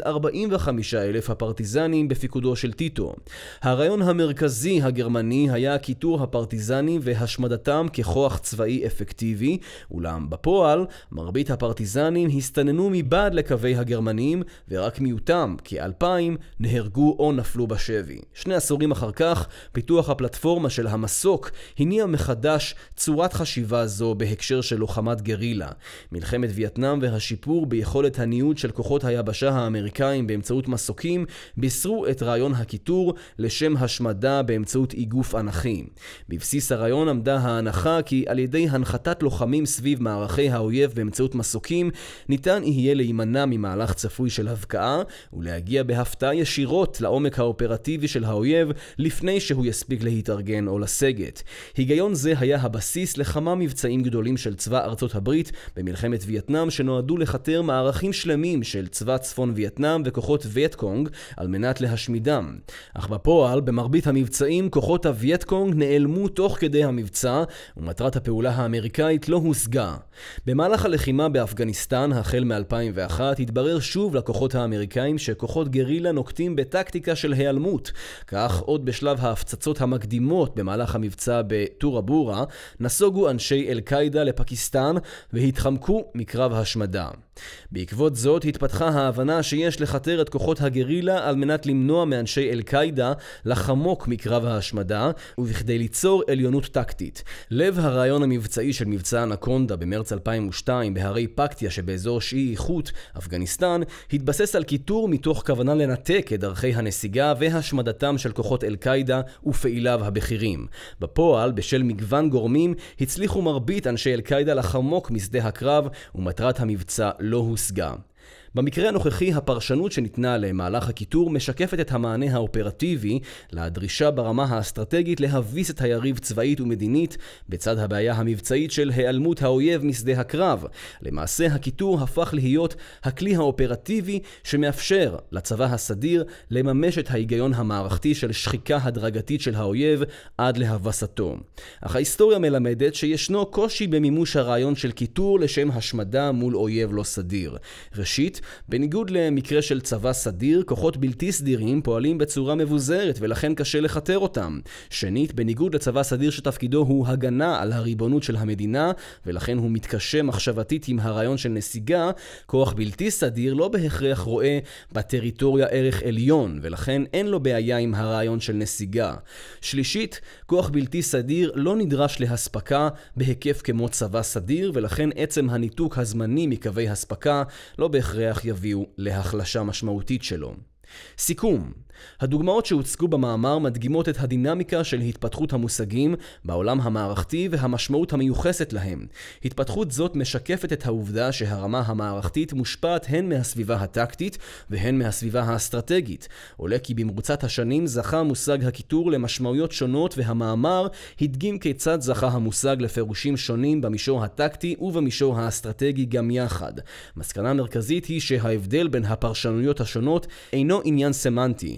45,000 הפרטיזנים בפיקודו של טיטו. הרעיון המרכזי הגרמני היה כיתור הפרטיזנים והשמדתם ככוח צבאי אפקטיבי, אולם בפועל מרבית הפרטיזנים הסתננו מבעד לקווי הגרמנים ורק מיעוטם, כ2,000, נהרגו או נפלו בשבי. 2 עשורים אחר כך, פיתוח הפלטפורמה של המסוק הניע מחדש צורת חשיבה זו בהקשר של לוחמת גרילה. מלחמת וייטנאם והשיפור ביכולת הניוד של כוחות היבשה האמריקאים באמצעות מסוקים בישרו את רעיון הכיתור לשם השמדה באמצעות איגוף אנכי. בבסיס הרעיון עמדה ההנחה כי על ידי הנחתת לוחמים סביב מערכי האויב באמצעות מסוקים ניתן יהיה להימנע ממהלך צפוי של הבקעה ולהגיע בהפתעה ישירות לעומק האופרטיבי של האויב לפני שהוא יספיק להתארגן או לסגת. היגיון זה היה הבסיס לכמה מבצעים גדולים של צבא ארצות הברית במלחמת וייטנאם שנועדו לחתר מערכים שלמים של צבא צפון וייטנאם וכוחות וייטקונג על מנת להשמידם. אך בפועל, במרבית המבצעים, כוחות הווייטקונג נעלמו תוך כדי המבצע ומטרת הפעולה האמריקאית לא הושגה. במהלך הלחימה באפגניסטן, החל מ-2001, התברר שוב לכוחות האמריקאים שכוחות גרילה נוקטים בטקטיקה של היעלמות. כך, עוד בשלב ההפצצות המקדימות במהלך המבצע בטורה בורה, נסוגו אנשי אל-קאידה לפקיסטן והתחמקו מקרב השמדה. בעקבות זאת התפתחה ההבנה שיש לחתר את כוחות הגרילה על מנת למנוע מאנשי אל-קאידה לחמוק מקרב ההשמדה ובכדי ליצור עליונות טקטית. לב הרעיון המבצעי של מבצע אנקונדה במרץ 2002 בהרי פקטיה שבאזור שיעי איכות, אפגניסטן, התבסס על כיתור מתוך כוונה לנתק את דרכי הנסיגה והשמדתם של כוחות אל-קאידה ופעיליו הבכירים. בפועל, בשל מגוון גורמים, הצליחו מרבית אנשי אל-קאידה לחמוק משדה הקרב ומטרת המבצע לא הושגה. במקרה הנוכחי, הפרשנות שניתנה למהלך הכיתור משקפת את המענה האופרטיבי לדרישה ברמה האסטרטגית להביס את היריב צבאית ומדינית בצד הבעיה המבצעית של היעלמות האויב משדה הקרב. למעשה, הכיתור הפך להיות הכלי האופרטיבי שמאפשר לצבא הסדיר לממש את ההיגיון המערכתי של שחיקה הדרגתית של האויב עד להבסתו. אך ההיסטוריה מלמדת שישנו קושי במימוש הרעיון של כיתור לשם השמדה מול אויב לא סדיר. ראשית, בניגוד למקרה של צבא סדיר, כוחות בלתי סדירים פועלים בצורה מבוזרת ולכן קשה לחתר אותם. שנית, בניגוד לצבא סדיר שתפקידו הוא הגנה על הריבונות של המדינה ולכן הוא מתקשה מחשבתית עם הרעיון של נסיגה, כוח בלתי סדיר לא בהכרח רואה בטריטוריה ערך עליון ולכן אין לו בעיה עם הרעיון של נסיגה. שלישית, כוח בלתי סדיר לא נדרש להספקה בהיקף כמו צבא סדיר ולכן עצם הניתוק הזמני מקווי הספקה לא בהכרח יביאו להחלשה משמעותית שלו. סיכום, הדוגמאות שהוצגו במאמר מדגימות את הדינמיקה של התפתחות המושגים בעולם המערכתי והמשמעות המיוחסת להם. התפתחות זאת משקפת את העובדה שהרמה המערכתית מושפעת הן מהסביבה הטקטית והן מהסביבה האסטרטגית. עולה כי במרוצת השנים זכה מושג הכיתור למשמעויות שונות והמאמר הדגים כיצד זכה המושג לפירושים שונים במישור הטקטי ובמישור האסטרטגי גם יחד. מסקנה מרכזית היא שההבדל בין הפרשנויות השונות אינו עניין סמנטי,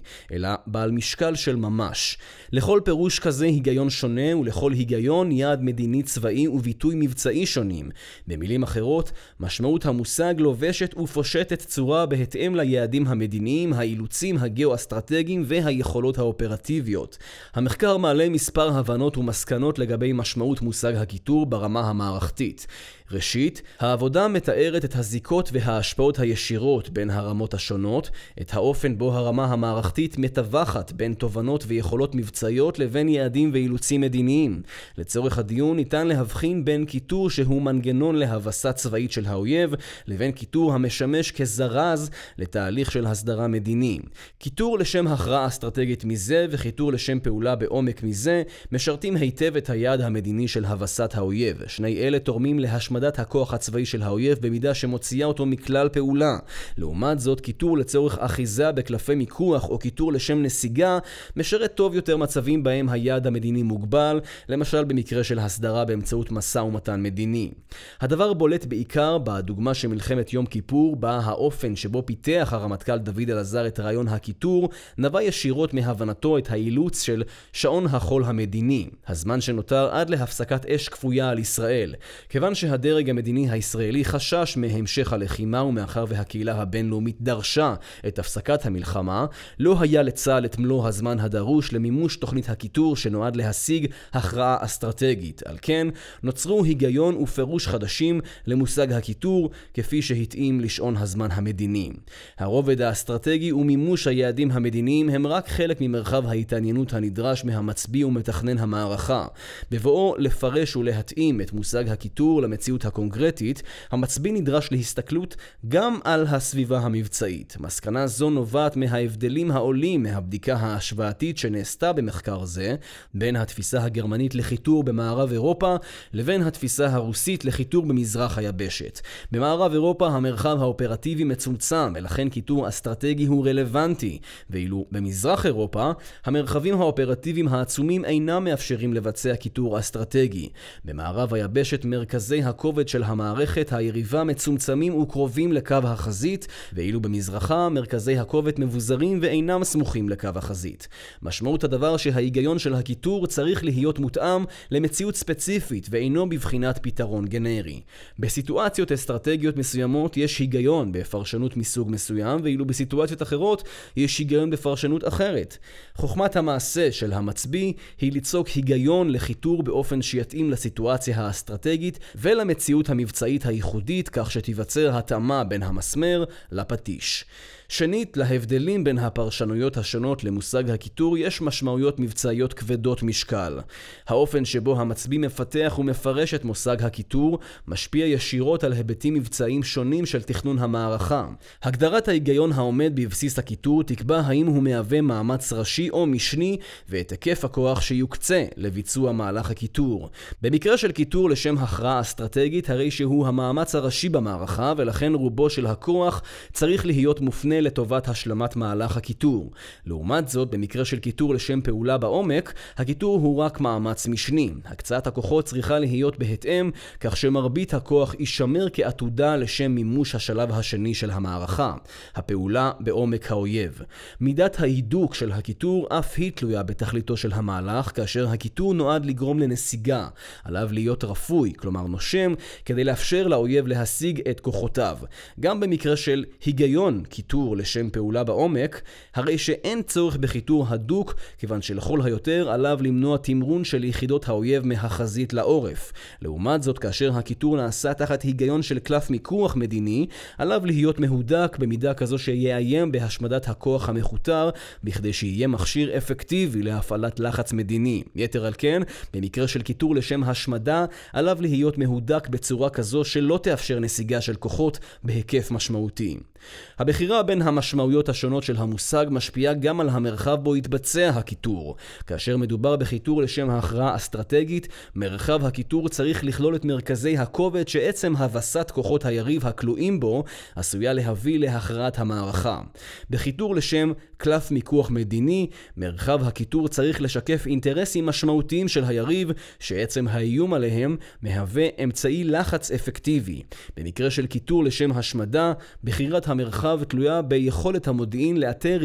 אלא בעל משקל של ממש. לכל פירוש כזה היגיון שונה, ולכל היגיון יעד מדיני צבאי וביטוי מבצעי שונים. במילים אחרות, משמעות המושג לובשת ופושטת צורה בהתאם ליעדים המדיניים, האילוצים הגאו-אסטרטגיים והיכולות האופרטיביות. המחקר מעלה מספר הבנות ומסקנות לגבי משמעות מושג הכיתור ברמה המערכתית. ראשית, העבודה מתארת את הזיקות וההשפעות הישירות בין הרמות השונות, את האופן בו הרמה המערכתית מתווכת בין תובנות ויכולות מבצעיות לבין יעדים ואילוצים מדיניים. לצורך הדיון ניתן להבחין בין כיתור שהוא מנגנון להבסה צבאית של האויב, לבין כיתור המשמש כזרז לתהליך של הסדרה מדיני. כיתור לשם הכרעה אסטרטגית מזה וכיתור לשם פעולה בעומק מזה משרתים היטב את היעד המדיני של הבסת האויב. שני אלה תורמים להשמדת הכוח הצבאי של האויב במידה שמוציאה אותו מכלל פעולה. לעומת זאת, כיתור לצורך אחיזה בקלפי מיקוח או כיתור לשם נסיגה משרת טוב יותר מצבים בהם היעד המדיני מוגבל, למשל במקרה של הסדרה באמצעות משא ומתן מדיני. הדבר בולט בעיקר בדוגמה של מלחמת יום כיפור, בה האופן שבו פיתח הרמטכ"ל דוד אלעזר את רעיון הכיתור נבע ישירות מהבנתו את האילוץ של שעון החול המדיני, הזמן שנותר עד להפסקת אש כפויה על ישראל. כיוון שהדרג המדיני הישראלי חשש מהמשך הלחימה ומאחר והקהילה הבינלאומית דרשה את הפסקת המלחמה, לא היה לצה"ל את מלוא הזמן הדרוש למימוש תוכנית הכיתור שנועד להשיג הכרעה אסטרטגית. על כן, נוצרו היגיון ופירוש חדשים למושג הכיתור כפי שהתאים לשעון הזמן המדיני. הרובד האסטרטגי ומימוש היעדים המדיניים הם רק חלק ממרחב ההתעניינות הנדרש מהמצביא ומתכנן המערכה. בבואו לפרש ולהתאים את מושג הכיתור למציאות הקונקרטית, המצביא נדרש להסתכלות גם על הסביבה המבצעית. מסקנה זו נובעת מההבדלים העולים מהבדיקה ההשוואתית שנעשתה במחקר זה בין התפיסה הגרמנית לכיתור במערב אירופה לבין התפיסה הרוסית לכיתור במזרח היבשת. במערב אירופה המרחב האופרטיבי מצומצם, ולכן כיתור אסטרטגי הוא רלוונטי, ואילו במזרח אירופה המרחבים האופרטיביים העצומים אינם מאפשרים לבצע כיתור אסטרטגי. במערב היבשת מרכזי הכובד של המערכת היריבה מצומצמים וקרובים לקו החזית, ואילו במזרחה מרכזי הכובד מבוזרים ואינם סמוכים לקו החזית. משמעות הדבר שההיגיון של הכיתור צריך להיות מותאם למציאות ספציפית ואינו בבחינת פתרון גנרי. בסיטואציות אסטרטגיות מסוימות יש היגיון בפרשנות מסוג מסוים, ואילו בסיטואציות אחרות יש היגיון בפרשנות אחרת. חוכמת המעשה של המצביא היא ליצוק היגיון לכיתור באופן שיתאים לסיטואציה האסטרטגית ולמציאות המבצעית הייחודית, כך שתיווצר התאמה בין המסמר לפטיש. שנית, להבדלים בין הפרשנויות השונות למושג הכיתור יש משמעויות מבצעיות כבדות משקל. האופן שבו המצביא מפתח ומפרש את מושג הכיתור משפיע ישירות על היבטים מבצעיים שונים של תכנון המערכה. הגדרת ההיגיון העומד בבסיס הכיתור תקבע האם הוא מהווה מאמץ ראשי או משני ואת היקף הכוח שיוקצה לביצוע מהלך הכיתור. במקרה של כיתור לשם הכרעה אסטרטגית, הרי שהוא המאמץ הראשי במערכה, ולכן רובו של הכוח צריך להיות מופנה לטובת השלמת מהלך הכיתור. לעומת זאת, במקרה של כיתור לשם פעולה בעומק, הכיתור הוא רק מאמץ משני. הקצאת הכוחות צריכה להיות בהתאם, כך שמרבית הכוח יישמר כעתודה לשם מימוש השלב השני של המערכה, הפעולה בעומק האויב. מידת ההידוק של הכיתור אף היא תלויה בתכליתו של המהלך, כאשר הכיתור נועד לגרום לנסיגה. עליו להיות רפוי, כלומר נושם, כדי לאפשר לאויב להשיג את כוחותיו. גם במקרה של היגיון כיתור לשם פעולה בעומק, הרי שאין צורך בכיתור הדוק, כיוון שלכל היותר עליו למנוע תמרון של יחידות האויב מהחזית לעורף. לעומת זאת, כאשר הכיתור נעשה תחת היגיון של קלף מיקוח מדיני, עליו להיות מהודק במידה כזו שיאיים בהשמדת הכוח המחותר, בכדי שיהיה מכשיר אפקטיבי להפעלת לחץ מדיני. יתר על כן, במקרה של כיתור לשם השמדה, עליו להיות מהודק בצורה כזו שלא תאפשר נסיגה של כוחות בהיקף משמעותי. הבחירה בין המשמעויות השונות של המושג משפיעה גם על המרחב בו יתבצע הכיתור. כאשר מדובר בכיתור לשם ההכרעה אסטרטגית, מרחב הכיתור צריך לכלול את מרכזי הכובד שעצם הבסת כוחות היריב הכלואים בו עשויה להביא להכרעת המערכה. בכיתור לשם קלף מיקוח מדיני, מרחב הכיתור צריך לשקף אינטרסים משמעותיים של היריב, שעצם האיום עליהם מהווה אמצעי לחץ אפקטיבי. במקרה של כיתור לשם השמדה, בחירת המרחב תלויה ביכולת המודיעין לאתר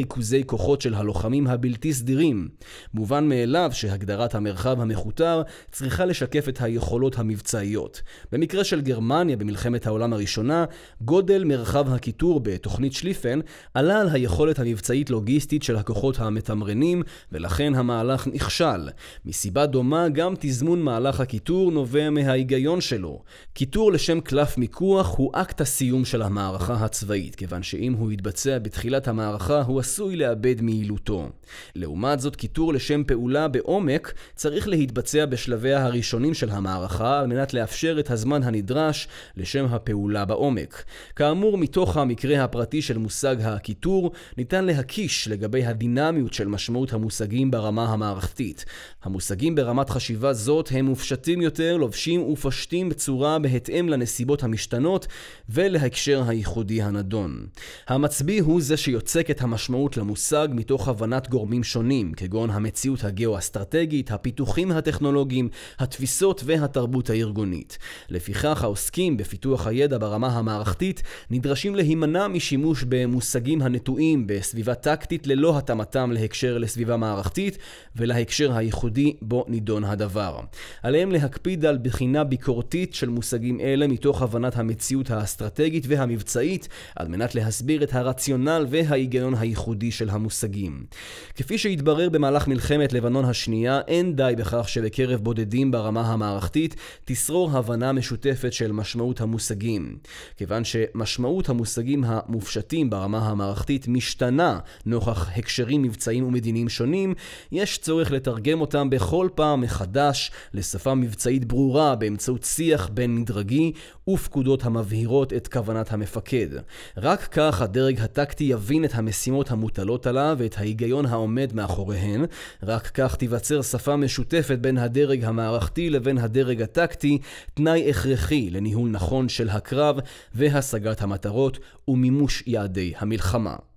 ריכוזי כוחות של הלוחמים הבלתי סדירים. מובן מאליו שהגדרת המרחב המכותר צריכה לשקף את היכולות המבצעיות. במקרה של גרמניה במלחמת העולם הראשונה, גודל מרחב הכיתור בתוכנית שליפן עלה על היכולת המבצעית לוגיסטית של הכוחות המתמרנים, ולכן המהלך נכשל. מסיבה דומה גם תזמון מהלך הכיתור נובע מההיגיון שלו. כיתור לשם קלף מיקוח הוא אקט הסיום של המערכה הצבאית, כיוון שאם הוא יתבצע בתחילת המערכה הוא עשוי לאבד מיעילותו. לעומת זאת, כיתור לשם פעולה בעומק צריך להתבצע בשלביה הראשונים של המערכה על מנת לאפשר את הזמן הנדרש לשם הפעולה בעומק. כאמור, מתוך המקרה הפרטי של מושג הכיתור ניתן להקיש לגבי הדינמיות של משמעות המושגים ברמה המערכתית. המושגים ברמת חשיבה זאת הם מופשטים יותר, לובשים ופשטים בצורה בהתאם לנסיבות המשתנות ולהקשר הייחודי הנדון. המצביא הוא זה שיוצק את המשמעות למושג מתוך הבנת גורמים שונים, כגון המציאות הגאו-אסטרטגית, הפיתוחים הטכנולוגיים, התפיסות והתרבות הארגונית. לפיכך, העוסקים בפיתוח הידע ברמה המערכתית נדרשים להימנע משימוש במושגים הנטועים בסביבה טקטית ללא התאמתם להקשר לסביבה מערכתית ולהקשר הייחודי בו נידון הדבר. עליהם להקפיד על בחינה ביקורתית של מושגים אלה מתוך הבנת המציאות האסטרטגית והמבצעית, על מנת להסביר את הרציונל וההיגיון הייחודי של המושגים. כפי שהתברר במהלך מלחמת לבנון השנייה, אין די בכך שבקרב בודדים ברמה המערכתית תשרור הבנה משותפת של משמעות המושגים. כיוון שמשמעות המושגים המופשטים ברמה המערכתית משתנה נוכח הקשרים מבצעיים ומדיניים שונים, יש צורך לתרגם אותם בכל פעם מחדש לשפה מבצעית ברורה באמצעות שיח בין מדרגי ופקודות המבהירות את כוונת המפקד. רק כך הדרג הטקטי יבין את המשימות המוטלות עליו ואת ההיגיון העומד מאחוריהן. רק כך תיווצר שפה משותפת בין הדרג המערכתי לבין הדרג הטקטי, תנאי הכרחי לניהול נכון של הקרב והשגת המטרות ומימוש יעדי המלחמה.